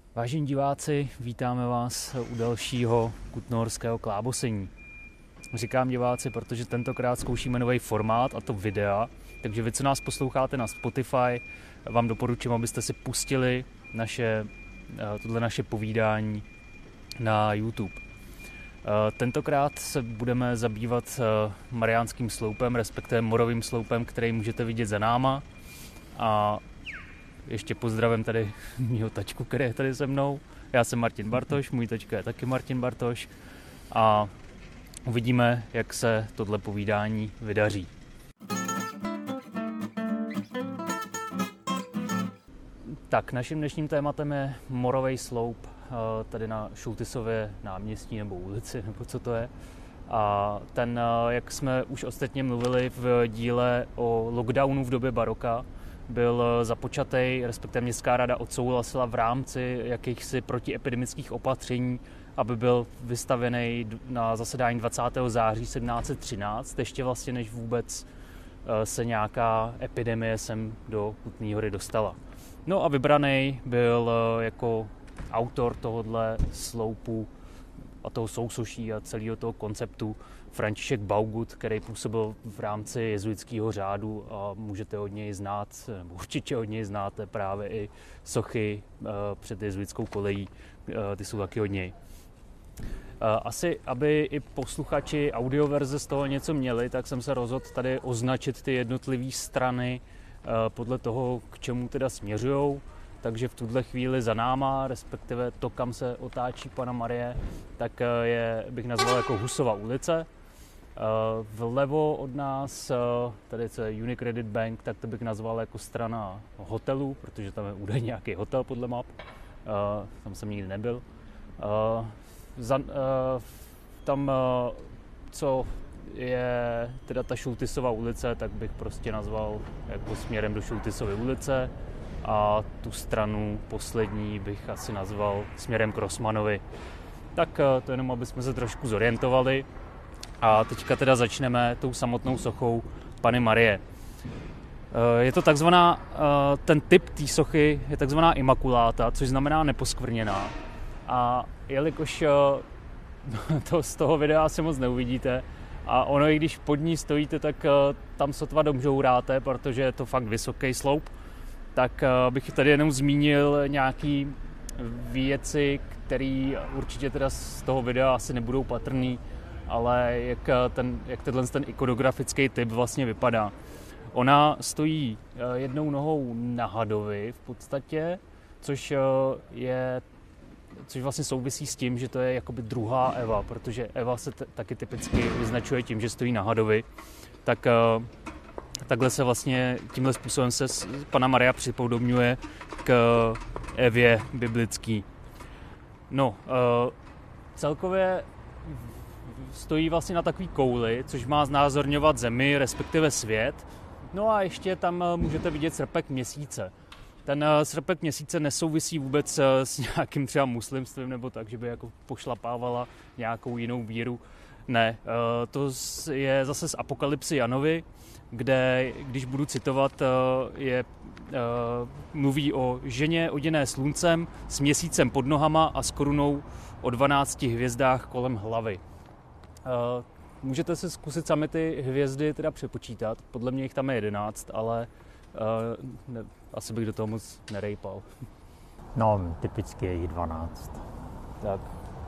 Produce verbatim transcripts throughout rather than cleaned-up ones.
Vážení diváci, vítáme vás u dalšího kutnohorského klábosení. Říkám diváci, protože tentokrát zkoušíme nový formát, a to videa, takže vy, co nás posloucháte na Spotify, vám doporučím, abyste si pustili naše, tohle naše povídání na YouTube. Tentokrát se budeme zabývat Mariánským sloupem, respektive Morovým sloupem, který můžete vidět za náma. A ještě pozdravím tady mýho tačku, který je tady se mnou. Já jsem Martin Bartoš, můj tačka je taky Martin Bartoš. A uvidíme, jak se tohle povídání vydaří. Tak, naším dnešním tématem je Morovej sloup, tady na Šultisově náměstí nebo ulici, nebo co to je. A ten, jak jsme už ostatně mluvili v díle o lockdownu v době baroka, byl započatý, respektive městská rada odsouhlasila v rámci jakýchsi protiepidemických opatření, aby byl vystavený na zasedání dvacátého září sedmnáct set třináct, ještě vlastně než vůbec se nějaká epidemie sem do Kutné Hory dostala. No a vybraný byl jako autor tohohle sloupu a toho sousoší a celého toho konceptu František Baugut, který působil v rámci jezuitského řádu a můžete od něj znát, nebo určitě od něj znáte právě i sochy před jezuitskou kolejí, ty jsou taky od něj. Asi, aby i posluchači audioverze z toho něco měli, tak jsem se rozhodl tady označit ty jednotlivé strany podle toho, k čemu teda směřujou. Takže v tuhle chvíli za náma, respektive to, kam se otáčí Panna Marie, tak je, bych nazval jako Husova ulice. Vlevo od nás, tady je Unicredit Bank, tak to bych nazval jako strana hotelu, protože tam je údajně nějaký hotel podle map. Tam jsem nikdy nebyl. Tam, co je teda ta Šultisova ulice, tak bych prostě nazval jako směrem do Šultisovy ulice. A tu stranu poslední bych asi nazval směrem k Rossmanovi. Tak to jenom, aby jsme se trošku zorientovali. A teďka teda začneme tou samotnou sochou Panny Marie. Je to takzvaná, ten typ té sochy je takzvaná imakuláta, což znamená neposkvrněná. A jelikož to z toho videa asi moc neuvidíte, a ono, i když pod ní stojíte, tak tam sotva domžouráte, protože je to fakt vysoký sloup, tak bych tady jenom zmínil nějaký věci, které určitě teda z toho videa asi nebudou patrný, ale jak, ten, jak tenhle ten ikonografický typ vlastně vypadá. Ona stojí jednou nohou na hadovi v podstatě, což je což vlastně souvisí s tím, že to je jakoby druhá Eva, protože Eva se t- taky typicky vyznačuje tím, že stojí na hadovi. Tak takhle se vlastně, tímhle způsobem se Panna Maria připodobňuje k Evě biblický. No, celkově stojí vlastně na takový kouli, což má znázorňovat zemi, respektive svět. No a ještě tam můžete vidět srpek měsíce. Ten srpek měsíce nesouvisí vůbec s nějakým třeba muslimstvím nebo tak, že by jako pošlapávala nějakou jinou víru. Ne, to je zase z Apokalypsy Janovi, kde, když budu citovat, je, mluví o ženě oděné sluncem, s měsícem pod nohama a s korunou o dvanácti hvězdách kolem hlavy. Můžete si zkusit sami ty hvězdy teda přepočítat, podle mě jich tam je jedenáct, ale ne, asi bych do toho moc nerejpal. No, typicky je jich dvanáct. Tak.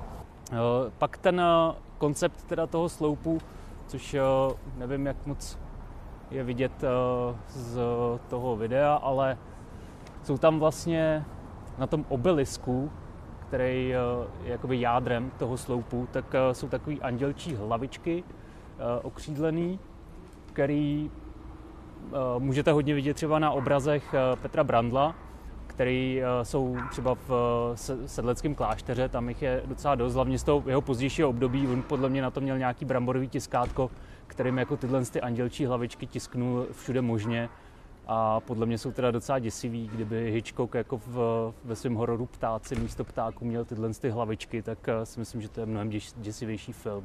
Pak ten koncept teda toho sloupu, což nevím, jak moc je vidět z toho videa, ale jsou tam vlastně na tom obelisku, který je jakoby jádrem toho sloupu, tak jsou takový andělčí hlavičky okřídlený, který můžete hodně vidět třeba na obrazech Petra Brandla, který jsou třeba v sedleckém klášteře, tam jich je docela dost, hlavně z toho jeho pozdějšího období. On podle mě na to měl nějaký bramborový tiskátko, kterým jako tyhle ty andělčí hlavičky tisknul všude možně. A podle mě jsou teda docela děsivý. Kdyby Hitchcock jako v, ve svém hororu Ptáci místo ptáků měl tyhle ty hlavičky, tak si myslím, že to je mnohem děs, děsivější film.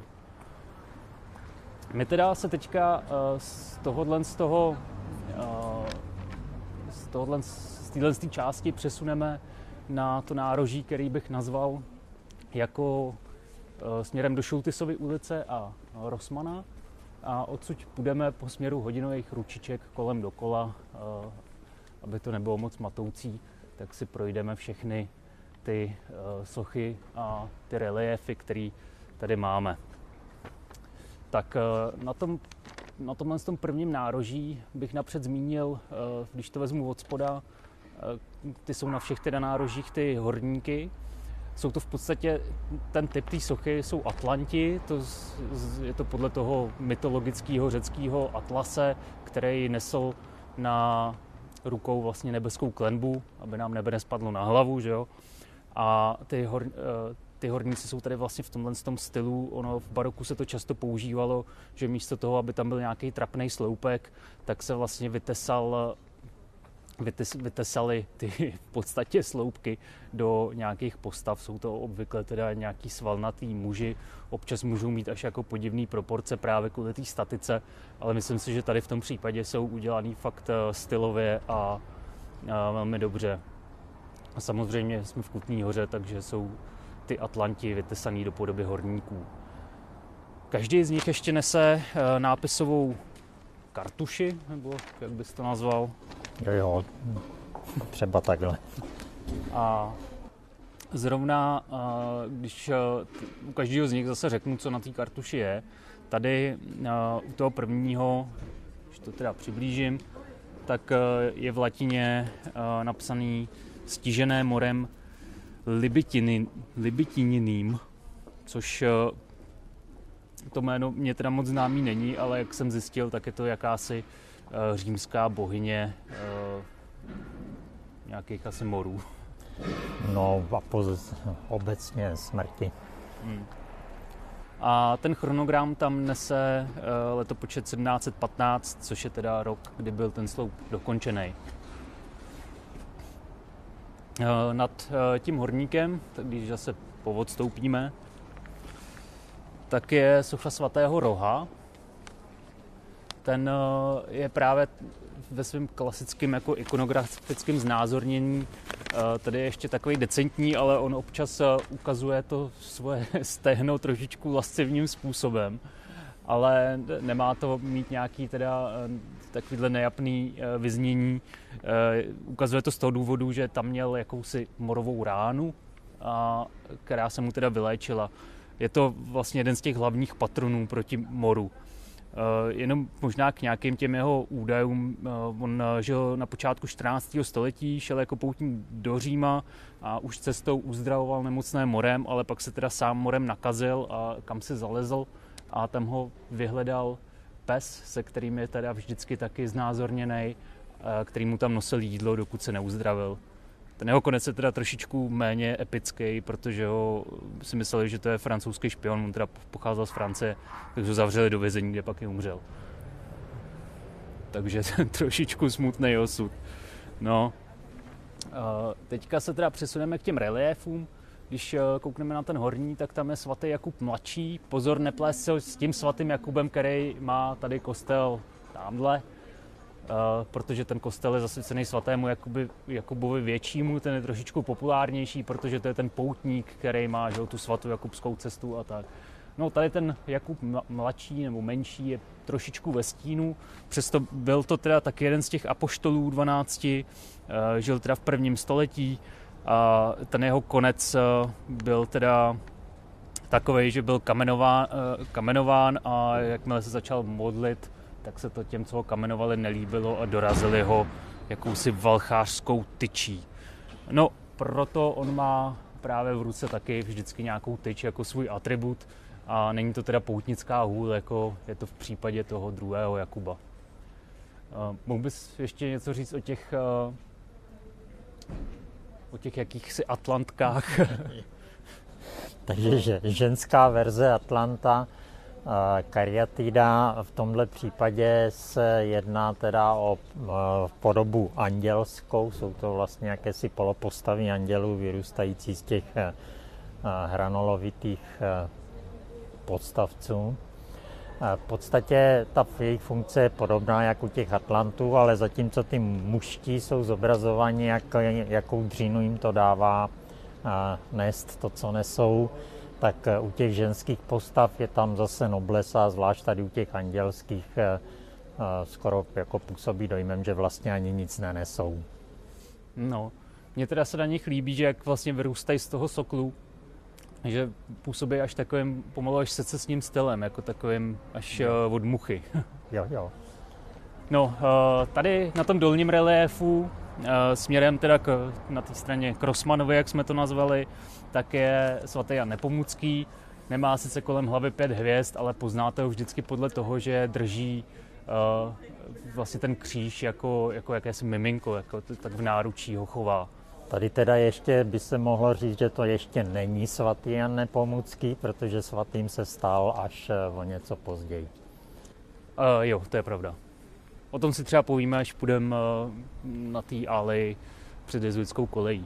My teda se teďka z tohohle z toho z tohohle z téhle části přesuneme na to nároží, který bych nazval jako směrem do Šultisovy ulice a Rossmana. A odsud půjdeme po směru hodinových ručiček kolem dokola, aby to nebylo moc matoucí, tak si projdeme všechny ty sochy a ty reliéfy, které tady máme. Tak na tom, na tomhle tom prvním nároží bych napřed zmínil, když to vezmu od spoda, ty jsou na všech teda nárožích ty horníky. Jsou to v podstatě, ten typ té sochy jsou Atlanti, to je to podle toho mytologického řeckého Atlase, který nesl na rukou vlastně nebeskou klenbu, aby nám nebe nespadlo na hlavu, že jo. A ty, hor, ty horníci jsou tady vlastně v tomhle tom stylu, ono v baroku se to často používalo, že místo toho, aby tam byl nějaký trapnej sloupek, tak se vlastně vytesal Vytes, vytesali ty v podstatě sloupky do nějakých postav. Jsou to obvykle teda nějaký svalnatý muži, občas můžou mít až jako podivný proporce právě kvůli té statice, ale myslím si, že tady v tom případě jsou udělaný fakt stylově a, a velmi dobře. A samozřejmě jsme v Kutné Hoře, takže jsou ty Atlanti vytesaný do podoby horníků. Každý z nich ještě nese nápisovou kartuši, nebo jak bys to nazval? Jo, jo, třeba takhle. A zrovna, když u každého z nich zase řeknu, co na té kartuši je, tady u toho prvního, když to teda přiblížím, tak je v latině napsaný stižené morem Libitininým, což to jméno mě teda moc známý není, ale jak jsem zjistil, tak je to jakási římská bohyně nějakých asi morů. No a poz, obecně smrti. Hmm. A ten chronogram tam nese letopočet sedmnáct set patnáct, což je teda rok, kdy byl ten sloup dokončený. Nad tím horníkem, tak když zase poodstoupíme, tak je socha svatého Roha. Ten je právě ve svém klasickém jako ikonografickém znázornění tady je ještě takový decentní, ale on občas ukazuje to svoje stehno trošičku lascivním způsobem. Ale nemá to mít nějaký teda takovýhle nejapný vyznění. Ukazuje to z toho důvodu, že tam měl jakousi morovou ránu, a, která se mu teda vyléčila. Je to vlastně jeden z těch hlavních patronů proti moru. Jenom možná k nějakým těm jeho údajům. On žil na počátku čtrnáctého století, šel jako poutník do Říma a už cestou uzdravoval nemocné morem, ale pak se teda sám morem nakazil a kam si zalezl a tam ho vyhledal pes, se kterým je teda vždycky taky znázorněnej, který mu tam nosil jídlo, dokud se neuzdravil. Ten jeho konec je teda trošičku méně epický, protože ho si mysleli, že to je francouzský špion, on teda pocházel z Francie, takže ho zavřeli do vězení, kde pak i umřel. Takže trošičku smutný osud. No, teďka se teda přesuneme k těm reliéfům. Když koukneme na ten horní, tak tam je svatý Jakub mladší. Pozor, neplést se s tím svatým Jakubem, který má tady kostel tamhle. Uh, protože ten kostel je zasvěcený svatému Jakubi, Jakubovi většímu, ten je trošičku populárnější, protože to je ten poutník, který má, že, tu svatou jakubskou cestu a tak. No tady ten Jakub mladší nebo menší je trošičku ve stínu, přesto byl to teda taky jeden z těch apoštolů dvanácti, uh, žil teda v prvním století a ten jeho konec uh, byl teda takovej, že byl kamenován, uh, kamenován a jakmile se začal modlit, tak se to těm, co ho kamenovali, nelíbilo a dorazili ho jakousi valchářskou tyčí. No, proto on má právě v ruce taky vždycky nějakou tyč jako svůj atribut a není to teda poutnická hůl, jako je to v případě toho druhého Jakuba. Uh, mohl bys ještě něco říct o těch, uh, o těch jakýchsi Atlantkách? Takže že, ženská verze Atlanta, Karyatida, v tomhle případě se jedná teda o podobu andělskou, jsou to vlastně jakési polopostavy andělů vyrůstající z těch hranolovitých podstavců. V podstatě ta jejich funkce je podobná jako u těch Atlantů, ale zatímco ty mužští jsou zobrazovaní, jak, jakou dřínu jim to dává nést to, co nesou, tak u těch ženských postav je tam zase noblesa, zvlášť tady u těch andělských skoro jako působí dojmem, že vlastně ani nic nenesou. No, mně teda se na nich líbí, že jak vlastně vyrůstají z toho soklu, že působí až takovým pomalu až secesním stylem, jako takovým až uh, od muchy. Jo, jo. No, uh, tady na tom dolním reliéfu, uh, směrem teda k, na té straně k Rossmanovi, jak jsme to nazvali, tak je svatý Jan Nepomucký. Nemá sice kolem hlavy pět hvězd, ale poznáte ho vždycky podle toho, že drží uh, vlastně ten kříž jako, jako jakési miminko, jako tak v náručí ho chová. Tady teda ještě by se mohlo říct, že to ještě není svatý Jan Nepomucký, protože svatým se stal až o něco později. Uh, jo, to je pravda. O tom si třeba povíme, až půjdeme uh, na té aleji před jezuitskou kolejí.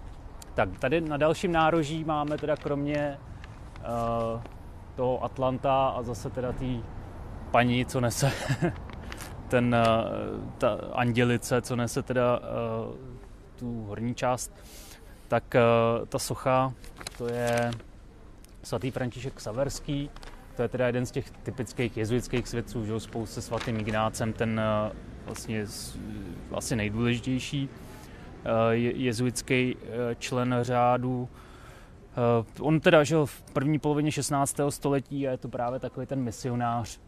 Tak tady na dalším nároží máme teda kromě uh, toho Atlanta a zase teda té paní, co nese ten, uh, ta andělice, co nese teda uh, tu horní část, tak uh, ta socha, to je svatý František Xaverský, to je teda jeden z těch typických jezuitských svědců, že spolu se svatým Ignácem, ten uh, vlastně asi nejdůležitější uh, je, jezuitský uh, člen řádu. Uh, on teda žil v první polovině šestnáctého století a je to právě takový ten misionář,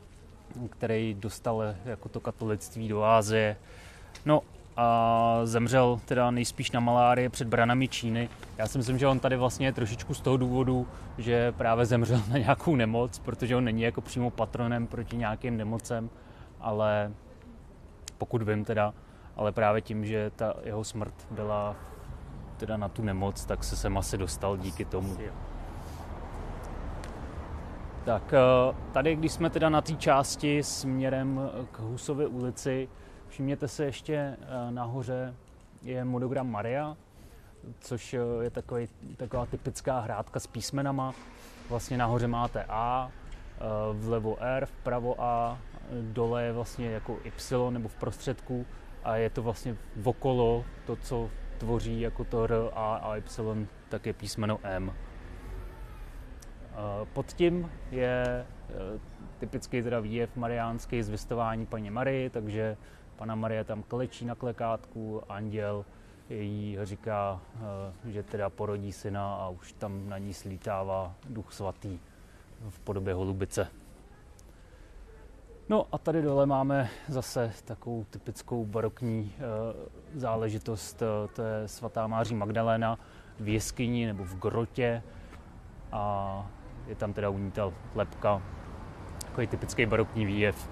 který dostal jako to katolictví do Asie. No a zemřel teda nejspíš na malárii před branami Číny. Já si myslím, že on tady vlastně je trošičku z toho důvodu, že právě zemřel na nějakou nemoc, protože on není jako přímo patronem proti nějakým nemocem, ale pokud vím teda, ale právě tím, že ta jeho smrt byla teda na tu nemoc, tak se sem asi dostal díky tomu. Tak tady, když jsme teda na té části směrem k Husově ulici, všimněte se ještě nahoře je monogram Maria, což je takový, taková typická hrádka s písmenama. Vlastně nahoře máte A, vlevo R, vpravo A, dole je vlastně jako Y nebo v prostředku a je to vlastně okolo to, co tvoří jako to R, A a Y, tak je písmeno M. Pod tím je typický teda výjev mariánský zvěstování Panně Marii, takže Panna Marie tam klečí na klekátku, anděl jí říká, že teda porodí syna a už tam na ní slítává Duch svatý v podobě holubice. No a tady dole máme zase takovou typickou barokní záležitost, to je svatá Máří Magdaléna v jeskyni nebo v grotě a je tam teda u ní ta lebka, takový typický barokní výjev.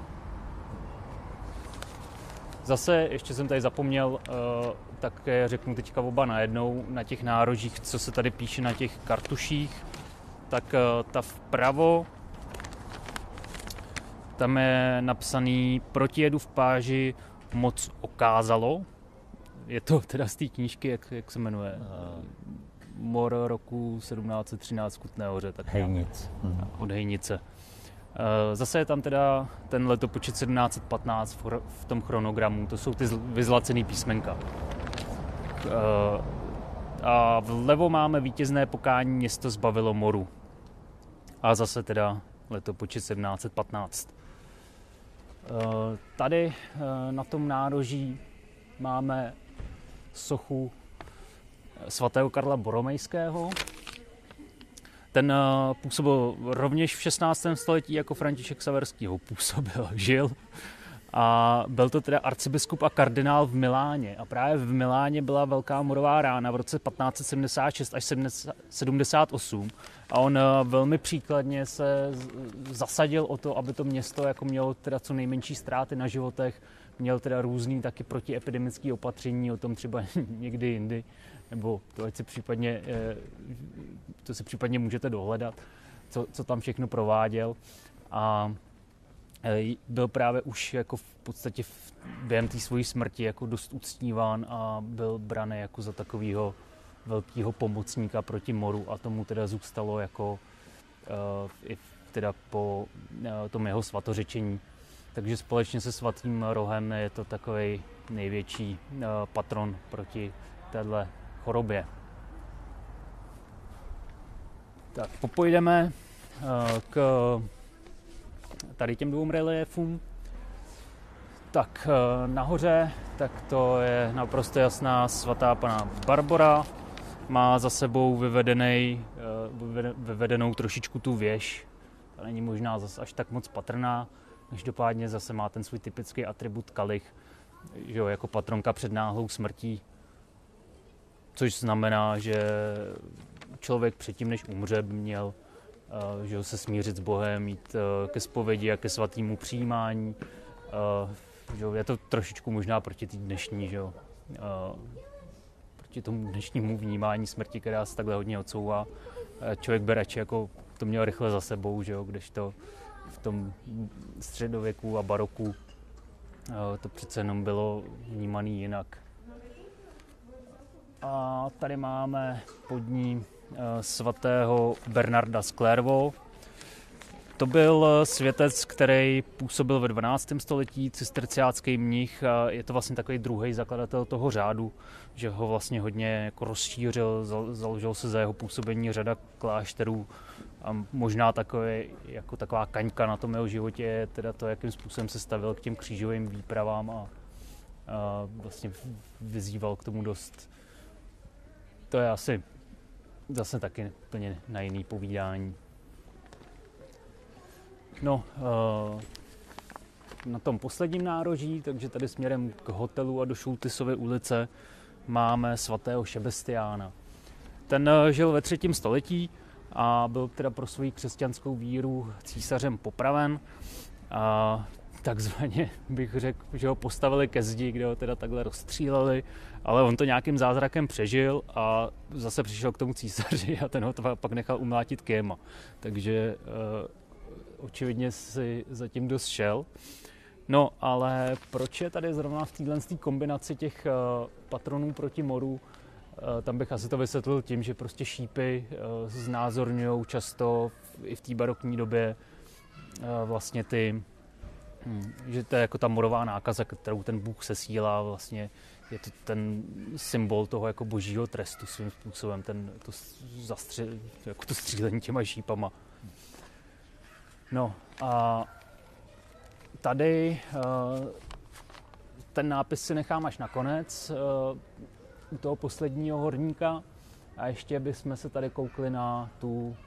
Zase, ještě jsem tady zapomněl, tak řeknu teďka oba najednou, na těch nárožích, co se tady píše na těch kartuších, tak ta vpravo, tam je napsaný protijedu v páži moc okázalo. Je to teda z té knížky, jak, jak se jmenuje? Mor roku sedmnáct set třináct v Kutné Hoře. Tak Hejnic. Od Hejnice. Zase je tam teda ten letopočet sedmnáct set patnáct v tom chronogramu, to jsou ty vyzlacený písmenka. A vlevo máme vítězné pokání, město zbavilo moru. A zase teda letopočet sedmnáct set patnáct. Tady na tom nároží máme sochu svatého Karla Boromejského. Ten působil rovněž v šestnáctém století jako František Xaverský působil, žil. A byl to teda arcibiskup a kardinál v Miláně. A právě v Miláně byla velká morová rána v roce patnáct set sedmdesát šest až sedmdesát osm. A on velmi příkladně se zasadil o to, aby to město jako mělo teda co nejmenší ztráty na životech. Měl teda různý taky protiepidemické opatření, o tom třeba někdy jindy. Nebo to, ať si případně, to si případně můžete dohledat, co, co tam všechno prováděl. A byl právě už jako v podstatě v, během té svojí smrti jako dost uctíván a byl braný jako za takového velkého pomocníka proti moru a tomu teda zůstalo jako uh, i teda po tom jeho svatořečení. Takže společně se svatým rohem je to takový největší patron proti téhle chorobě. Tak popojdeme k tady těm dvou reliéfům. Tak nahoře, tak to je naprosto jasná svatá Panna Barbora. Má za sebou vyvedenej, vyvedenou trošičku tu věž. Ta není možná zase až tak moc patrná. Každopádně zase má ten svůj typický atribut kalich, že jo, jako patronka před náhlou smrtí. Což znamená, že člověk předtím, než umře, by měl že jo, se smířit s Bohem, mít ke zpovědi a ke svatému přijímání. Že jo, je to trošičku možná proti té dnešní, že jo, proti tomu dnešnímu vnímání smrti, která se takhle hodně odsouvá. Člověk by radši jako to měl rychle za sebou, že jo, kdežto v tom středověku a baroku to přece jenom bylo vnímané jinak. A tady máme pod ní svatého Bernarda z Clairvaux. To byl světec, který působil ve dvanáctém století, cisterciácký mnich. Je to vlastně takový druhý zakladatel toho řádu, že ho vlastně hodně jako rozšířil, založil se za jeho působení řada klášterů. A možná takové, jako taková kaňka na tom jeho životě je teda to, jakým způsobem se stavil k těm křížovým výpravám a, a vlastně vyzýval k tomu dost. To je asi zase taky úplně na jiný povídání. No, na tom posledním nároží, takže tady směrem k hotelu a do Šultisovy ulice máme svatého Šebestiána. Ten žil ve třetím století a byl teda pro svou křesťanskou víru císařem popraven. A takzvaně bych řekl, že ho postavili ke zdi, kde ho teda takhle rozstříleli, ale on to nějakým zázrakem přežil a zase přišel k tomu císaři a ten ho pak nechal umlátit kyjema. Takže očividně si zatím dost šel. No, ale proč je tady zrovna v téhle kombinaci těch patronů proti moru? Tam bych asi to vysvětlil tím, že prostě šípy znázorňují často i v té barokní době vlastně ty, že to je jako ta morová nákaza, kterou ten Bůh sesílá, vlastně je to ten symbol toho jako božího trestu svým způsobem, ten, to, zastřel, jako to střílení těma šípama. No a tady ten nápis si nechám až nakonec u toho posledního horníka a ještě bychom se tady koukli na tu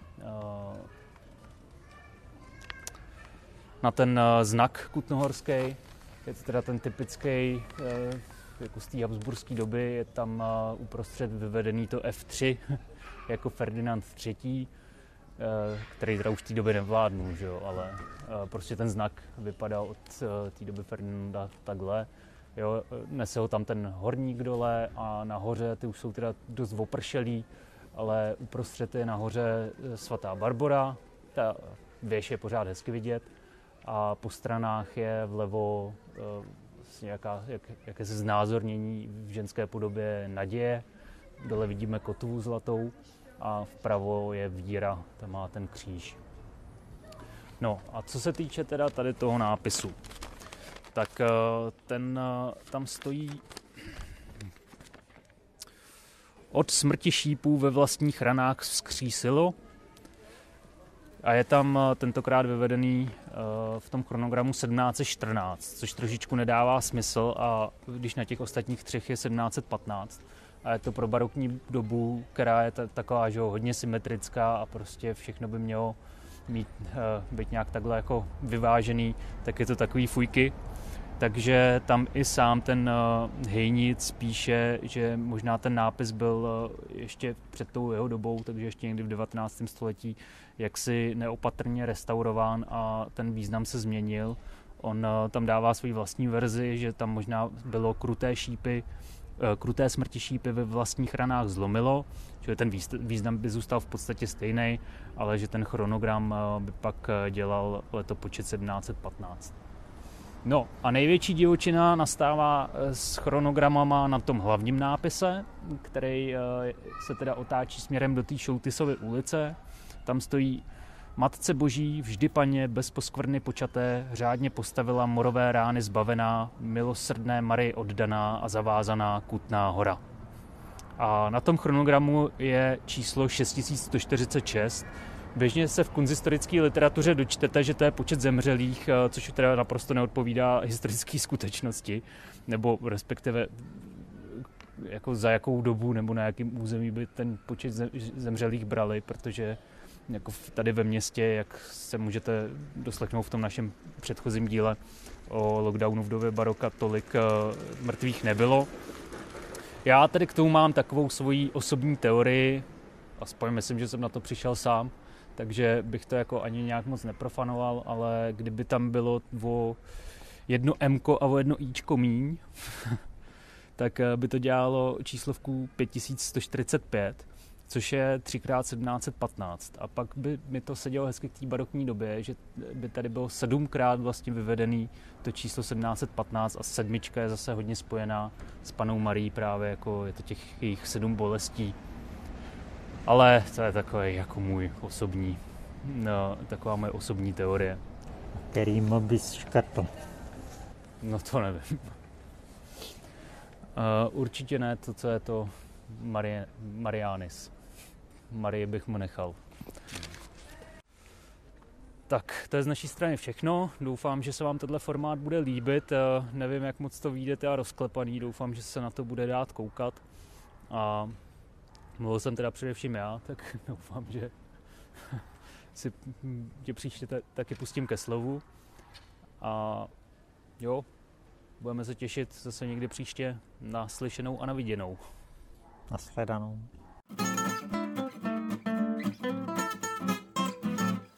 na ten znak kutnohorský. Je to teda ten typický jako z té habsburské doby, je tam uprostřed vyvedený to F tři jako Ferdinand třetí, který teda už v té době nevládnul, že jo, ale prostě ten znak vypadal od té doby Ferdinanda takhle. Jo, nese ho tam ten horník dole a nahoře ty už jsou teda dost opršelý, ale uprostřed je nahoře svatá Barbora, ta věž je pořád hezky vidět a po stranách je vlevo vlastně jaká, jak, jakési znázornění v ženské podobě naděje, dole vidíme kotvu zlatou a vpravo je víra, tam má ten kříž. No a co se týče teda tady toho nápisu, tak ten tam stojí od smrti šípů ve vlastních ranách vzkřísilo a je tam tentokrát vyvedený v tom chronogramu sedmnáct set čtrnáct, což trošičku nedává smysl a když na těch ostatních třech je sedmnáct set patnáct. A je to pro barokní dobu, která je t- taková, že hodně symetrická a prostě všechno by mělo mít, být nějak takhle jako vyvážený, tak je to takový fujky. Takže tam i sám ten hejnic píše, že možná ten nápis byl ještě před tou jeho dobou, takže ještě někdy v devatenáctém století jaksi neopatrně restaurován a ten význam se změnil. On tam dává svou vlastní verzi, že tam možná bylo kruté šípy, kruté smrti šípy ve vlastních ranách zlomilo, že ten význam by zůstal v podstatě stejný, ale že ten chronogram by pak dělal letopočet sedmnáct set patnáct. No a největší divočina nastává s chronogramama na tom hlavním nápise, který se teda otáčí směrem do té Šultisovy ulice. Tam stojí Matce Boží, vždy Panně, bez poskvrny počaté, řádně postavila morové rány zbavená, milosrdné Marii oddaná a zavázaná Kutná Hora. A na tom chronogramu je číslo šest tisíc sto čtyřicet šest. Běžně se v konzistorické literatuře dočtete, že to je počet zemřelých, což teda naprosto neodpovídá historické skutečnosti, nebo respektive jako za jakou dobu nebo na jakém území by ten počet zemřelých brali, protože jako tady ve městě, jak se můžete doslechnout v tom našem předchozím díle o lockdownu v době baroka, tolik mrtvých nebylo. Já tady k tomu mám takovou svoji osobní teorii, aspoň myslím, že jsem na to přišel sám, takže bych to jako ani nějak moc neprofanoval, ale kdyby tam bylo o jedno emko a o jedno íčko míň, tak by to dělalo číslovku pět tisíc sto čtyřicet pět, což je tři krát sedmnáct set patnáct. A pak by mi to sedělo hezky k té barokní době, že by tady bylo sedmkrát vlastně vyvedený to číslo sedmnáct set patnáct a sedmička je zase hodně spojená s Pannou Marií právě, jako je to těch jejich sedm bolestí. Ale to je takový jako můj osobní, no, taková moje osobní teorie. Kterým bys škrtl? No to nevím. Uh, určitě ne to, co je to Marie, Marianis. Marie bych mu nechal. Tak, to je z naší strany všechno. Doufám, že se vám tenhle formát bude líbit. Uh, nevím, jak moc to vyjde teda rozklepaný. Doufám, že se na to bude dát koukat. A mluvil jsem teda především já, tak doufám, že si tě příště taky pustím ke slovu. A jo, budeme se těšit zase někdy příště na slyšenou a na viděnou. Nashledanou.